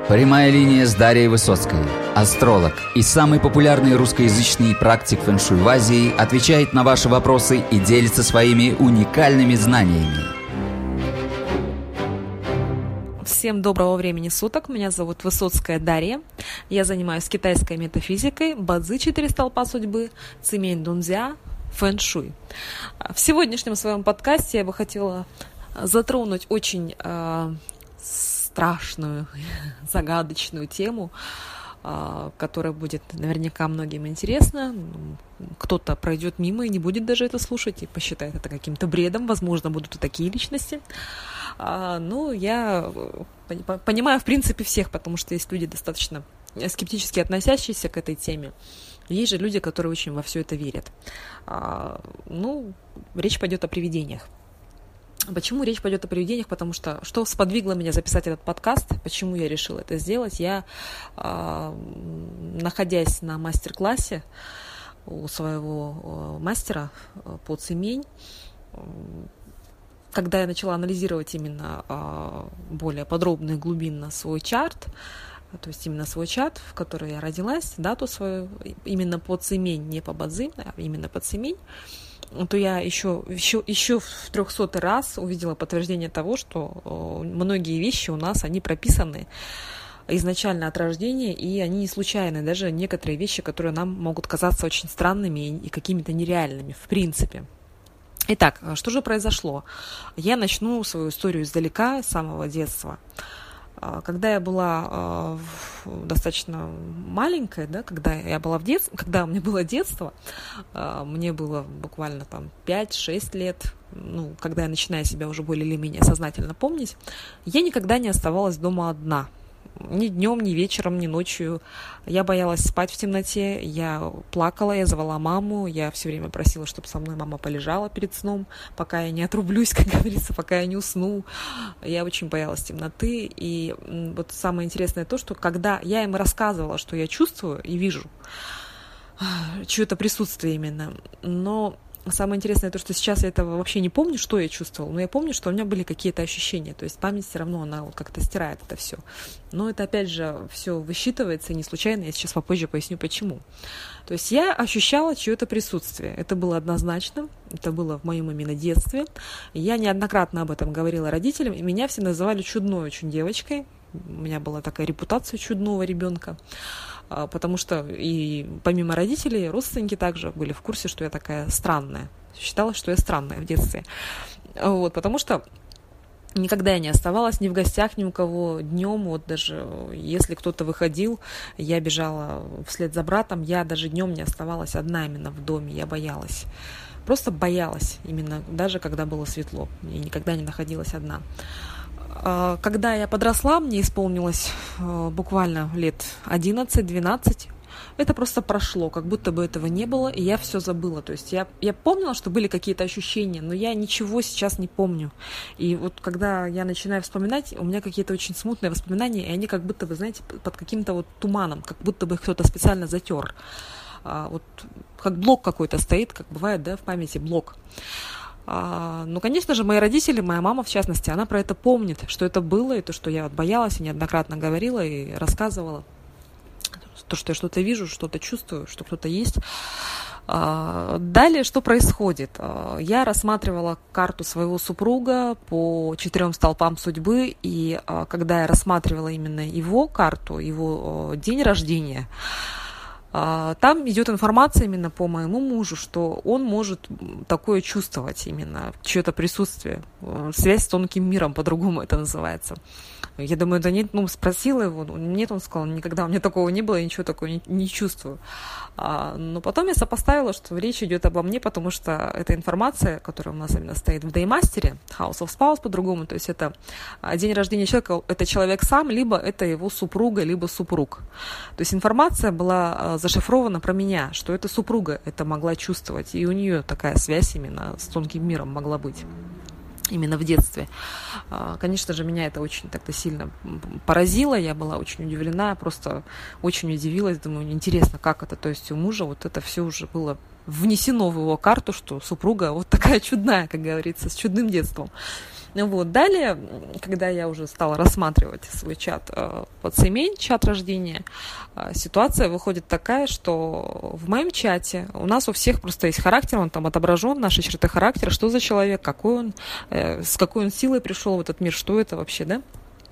Прямая линия с Дарьей Высоцкой. Астролог и самый популярный русскоязычный практик фэн-шуй в Азии отвечает на ваши вопросы и делится своими уникальными знаниями. Всем доброго времени суток. Меня зовут Высоцкая Дарья. Я занимаюсь китайской метафизикой, бадзи 4 столпа судьбы, цимень дунзя, фэн-шуй. В сегодняшнем своем подкасте я бы хотела затронуть очень страшную, загадочную тему, которая будет наверняка многим интересна. Кто-то пройдет мимо и не будет даже это слушать и посчитает это каким-то бредом. Возможно, будут и такие личности. Но я понимаю, в принципе, всех, потому что есть люди, достаточно скептически относящиеся к этой теме. Есть же люди, которые очень во все это верят. Речь пойдет о привидениях. Почему речь пойдет о привидениях? Потому что сподвигло меня записать этот подкаст, почему я решила это сделать? Я, находясь на мастер-классе у своего мастера по цимень, когда я начала анализировать именно более подробно и глубинно свой чарт, то есть именно свой чарт, в который я родилась, дату свою, именно по цимень, не по бадзи, а именно по цимень, то я еще в 300-й раз увидела подтверждение того, что многие вещи у нас, они прописаны изначально от рождения, и они не случайны. Даже некоторые вещи, которые нам могут казаться очень странными и какими-то нереальными, в принципе. Итак, что же произошло? Я начну свою историю издалека, с самого детства. Когда я была достаточно маленькая, да, когда у меня было детство, мне было буквально 5-6 лет, когда я начинаю себя уже более или менее сознательно помнить, я никогда не оставалась дома одна. Ни днем, ни вечером, ни ночью. Я боялась спать в темноте, я плакала, я звала маму, я все время просила, чтобы со мной мама полежала перед сном, пока я не отрублюсь, как говорится, пока я не усну. Я очень боялась темноты. И вот самое интересное то, что когда я им рассказывала, что я чувствую и вижу, чье-то присутствие именно, но самое интересное то, что сейчас я этого вообще не помню, что я чувствовала, но я помню, что у меня были какие-то ощущения, то есть память все равно, она вот как-то стирает это все. Но это опять же все высчитывается, и не случайно, я сейчас попозже поясню почему. То есть я ощущала чье-то присутствие, это было однозначно, это было в моем именно детстве, я неоднократно об этом говорила родителям, и меня все называли чудной очень девочкой, у меня была такая репутация чудного ребенка, потому что и помимо родителей, родственники также были в курсе, что я такая странная. Считалось, что я странная в детстве. Потому что никогда я не оставалась ни в гостях, ни у кого днем. Даже если кто-то выходил, я бежала вслед за братом. Я даже днем не оставалась одна именно в доме. Я боялась. Просто боялась именно, даже когда было светло. Я никогда не находилась одна. Когда я подросла, мне исполнилось буквально лет 11-12, это просто прошло, как будто бы этого не было, и я все забыла. То есть я помнила, что были какие-то ощущения, но я ничего сейчас не помню. И вот когда я начинаю вспоминать, у меня какие-то очень смутные воспоминания, и они как будто бы, знаете, под каким-то вот туманом, как будто бы их кто-то специально затер. Как блок какой-то стоит, как бывает, да, в памяти блок. Конечно же, мои родители, моя мама, в частности, она про это помнит, что это было, и то, что я боялась, и неоднократно говорила и рассказывала. То, что я что-то вижу, что-то чувствую, что кто-то есть. Далее, что происходит? Я рассматривала карту своего супруга по 4 столпам судьбы, и когда я рассматривала именно его карту, его день рождения, там идет информация именно по моему мужу, что он может такое чувствовать, именно чье-то присутствие, связь с тонким миром, по-другому это называется. Я думаю, да нет, спросила его, нет, он сказал, никогда у меня такого не было, я ничего такого не чувствую. Но потом я сопоставила, что речь идет обо мне, потому что эта информация, которая у нас именно стоит в Деймастере, House of Spouse по-другому, то есть это день рождения человека, это человек сам, либо это его супруга, либо супруг. То есть информация была зашифрована про меня, что это супруга это могла чувствовать, и у нее такая связь именно с тонким миром могла быть. Именно в детстве. Конечно же, меня это очень так-то сильно поразило, я была очень удивлена, просто очень удивилась, думаю, интересно, как это, то есть у мужа вот это все уже было внесено в его карту, что супруга вот такая чудная, как говорится, с чудным детством. Вот. Далее, когда я уже стала рассматривать свой чат подсемень, чат рождения, ситуация выходит такая, что в моем чате у нас у всех просто есть характер, он там отображен, наши черты характера, что за человек, какой он, с какой он силой пришел в этот мир, что это вообще, да?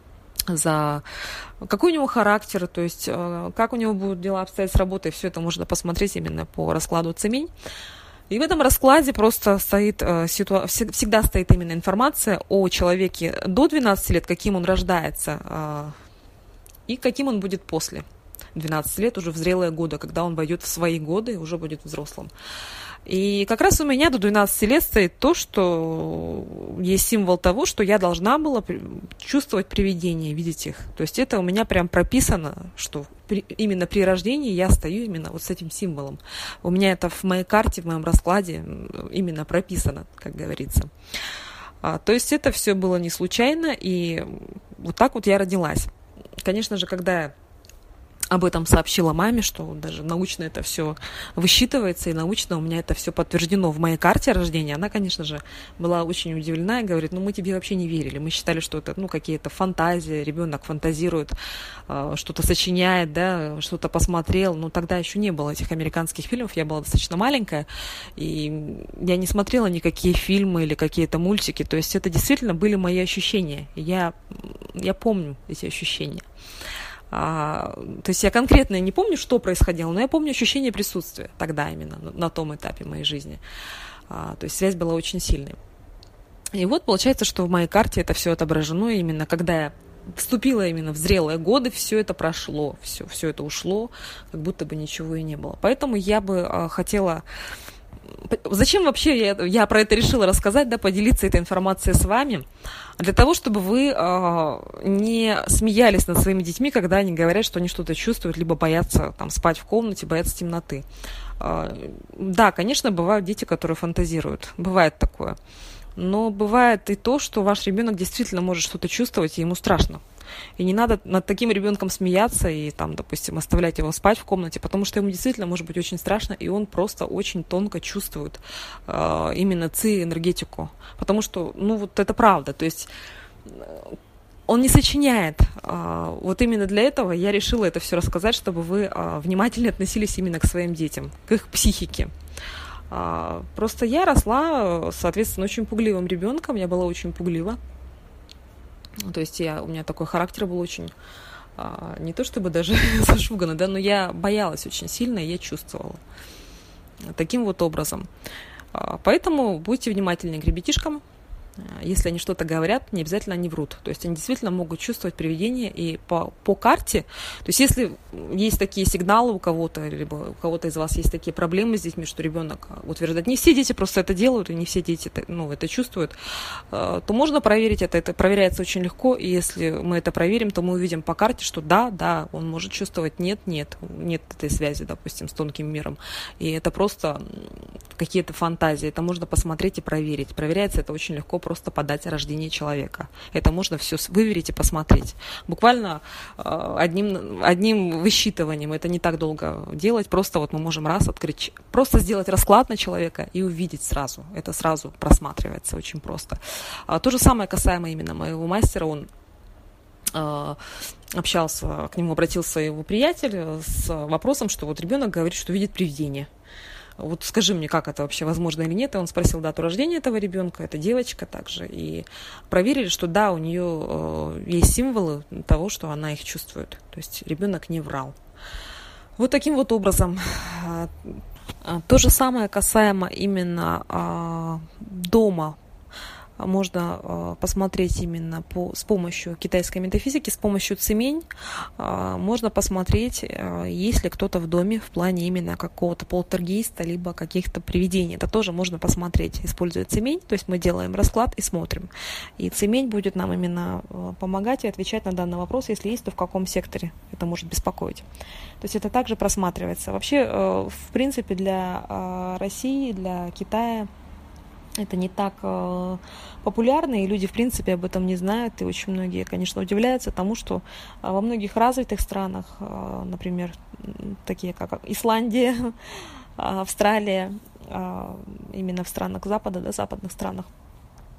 За какой у него характер, то есть как у него будут дела обстоять с работой, все это можно посмотреть именно по раскладу цемень. И в этом раскладе просто всегда стоит именно информация о человеке до 12 лет, каким он рождается и каким он будет после 12 лет, уже в зрелые годы, когда он войдет в свои годы и уже будет взрослым. И как раз у меня до 12 лет стоит то, что есть символ того, что я должна была чувствовать привидения, видеть их. То есть это у меня прям прописано, что именно при рождении я стою именно вот с этим символом. У меня это в моей карте, в моем раскладе именно прописано, как говорится. То есть это все было не случайно, и вот так вот я родилась. Конечно же, когда я об этом сообщила маме, что даже научно это все высчитывается, и научно у меня это все подтверждено в моей карте рождения. Она, конечно же, была очень удивлена и говорит, мы тебе вообще не верили. Мы считали, что это какие-то фантазии, ребенок фантазирует, что-то сочиняет, да, что-то посмотрел. Но тогда еще не было этих американских фильмов, я была достаточно маленькая, и я не смотрела никакие фильмы или какие-то мультики. То есть это действительно были мои ощущения. Я помню эти ощущения. То есть я конкретно не помню, что происходило, но я помню ощущение присутствия тогда именно, на том этапе моей жизни. То есть связь была очень сильной. И вот получается, что в моей карте это все отображено, и именно когда я вступила именно в зрелые годы, все это прошло, все это ушло, как будто бы ничего и не было. Поэтому я бы хотела... Зачем вообще я про это решила рассказать, да, поделиться этой информацией с вами? Для того, чтобы вы не смеялись над своими детьми, когда они говорят, что они что-то чувствуют, либо боятся там, спать в комнате, боятся темноты. Да, конечно, бывают дети, которые фантазируют. Бывает такое. Но бывает и то, что ваш ребенок действительно может что-то чувствовать, и ему страшно. И не надо над таким ребенком смеяться и, там, допустим, оставлять его спать в комнате, потому что ему действительно может быть очень страшно, и он просто очень тонко чувствует именно энергетику. Потому что, вот это правда. То есть он не сочиняет. Вот именно для этого я решила это все рассказать, чтобы вы внимательно относились именно к своим детям, к их психике. Просто я росла, соответственно, очень пугливым ребенком, я была очень пуглива. То есть у меня такой характер был очень, не то чтобы даже зашуганный, да, но я боялась очень сильно, и я чувствовала таким вот образом. Поэтому будьте внимательны к ребятишкам. Если они что-то говорят, не обязательно они врут. То есть они действительно могут чувствовать привидения, и по карте, то есть если есть такие сигналы у кого-то, либо у кого-то из вас есть такие проблемы с детьми, что ребенок утверждает, не все дети просто это делают, и не все дети это чувствуют, то можно проверить это проверяется очень легко, и если мы это проверим, то мы увидим по карте, что да, он может чувствовать, нет этой связи, допустим, с тонким миром, и это просто какие-то фантазии, это можно посмотреть и проверить. Проверяется это очень легко, просто по дате рождения человека. Это можно все выверить и посмотреть. Буквально одним высчитыванием, это не так долго делать, просто мы можем открыть, просто сделать расклад на человека и увидеть сразу. Это сразу просматривается очень просто. То же самое касаемо именно моего мастера, он общался, к нему обратился его приятель с вопросом, что ребенок говорит, что видит привидение. Скажи мне, как это вообще возможно или нет. И он спросил дату рождения этого ребенка, это девочка также. И проверили, что да, у нее есть символы того, что она их чувствует. То есть ребенок не врал. Вот таким вот образом. То же самое касаемо именно дома. Можно посмотреть именно с помощью китайской метафизики, с помощью цемень, можно посмотреть, есть ли кто-то в доме в плане именно какого-то полтергейста, либо каких-то привидений. Это тоже можно посмотреть, используя цемень, то есть мы делаем расклад и смотрим. И цемень будет нам именно помогать и отвечать на данный вопрос, если есть, то в каком секторе это может беспокоить. То есть это также просматривается. Вообще, в принципе, для России, для Китая это не так популярно, и люди, в принципе, об этом не знают, и очень многие, конечно, удивляются тому, что во многих развитых странах, например, такие как Исландия, Австралия, именно в странах Запада, западных странах,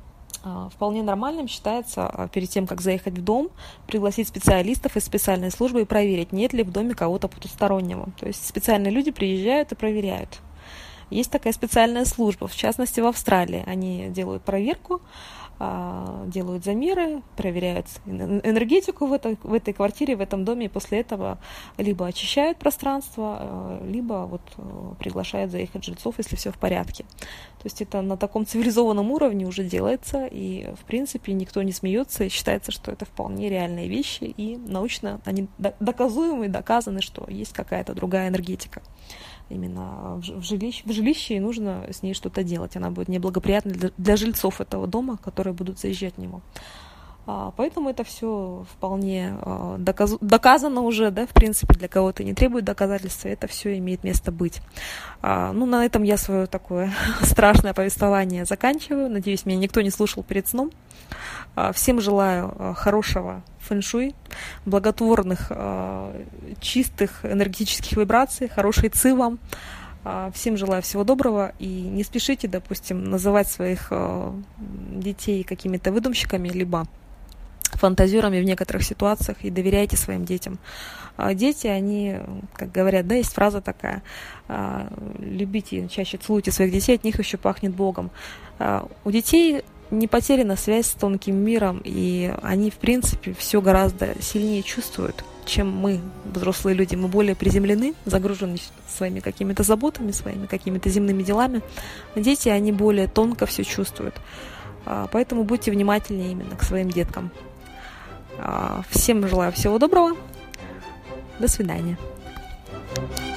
Вполне нормальным считается перед тем, как заехать в дом, пригласить специалистов из специальной службы и проверить, нет ли в доме кого-то потустороннего. То есть специальные люди приезжают и проверяют. Есть такая специальная служба, в частности в Австралии. Они делают проверку, делают замеры, проверяют энергетику в этой квартире, в этом доме, и после этого либо очищают пространство, либо приглашают заехать жильцов, если все в порядке. То есть это на таком цивилизованном уровне уже делается, и в принципе никто не смеется, и считается, что это вполне реальные вещи, и научно они доказуемы, доказаны, что есть какая-то другая энергетика. Именно в жилище, и нужно с ней что-то делать. Она будет неблагоприятна для жильцов этого дома, которые будут заезжать в него. Поэтому это все вполне доказано уже, да, в принципе, для кого-то не требует доказательства, это все имеет место быть. На этом я свое такое страшное повествование заканчиваю. Надеюсь, меня никто не слушал перед сном. Всем желаю хорошего фэн-шуй, благотворных, чистых энергетических вибраций, хорошей ци вам. Всем желаю всего доброго, и не спешите, допустим, называть своих детей какими-то выдумщиками, либо фантазерами в некоторых ситуациях, и доверяйте своим детям. Дети, они, как говорят, да, есть фраза такая: любите, чаще целуйте своих детей, от них еще пахнет Богом. У детей не потеряна связь с тонким миром, и они, в принципе, все гораздо сильнее чувствуют, чем мы, взрослые люди. Мы более приземлены, загружены своими какими-то заботами, своими какими-то земными делами. Дети, они более тонко все чувствуют. Поэтому будьте внимательнее именно к своим деткам. Всем желаю всего доброго. До свидания.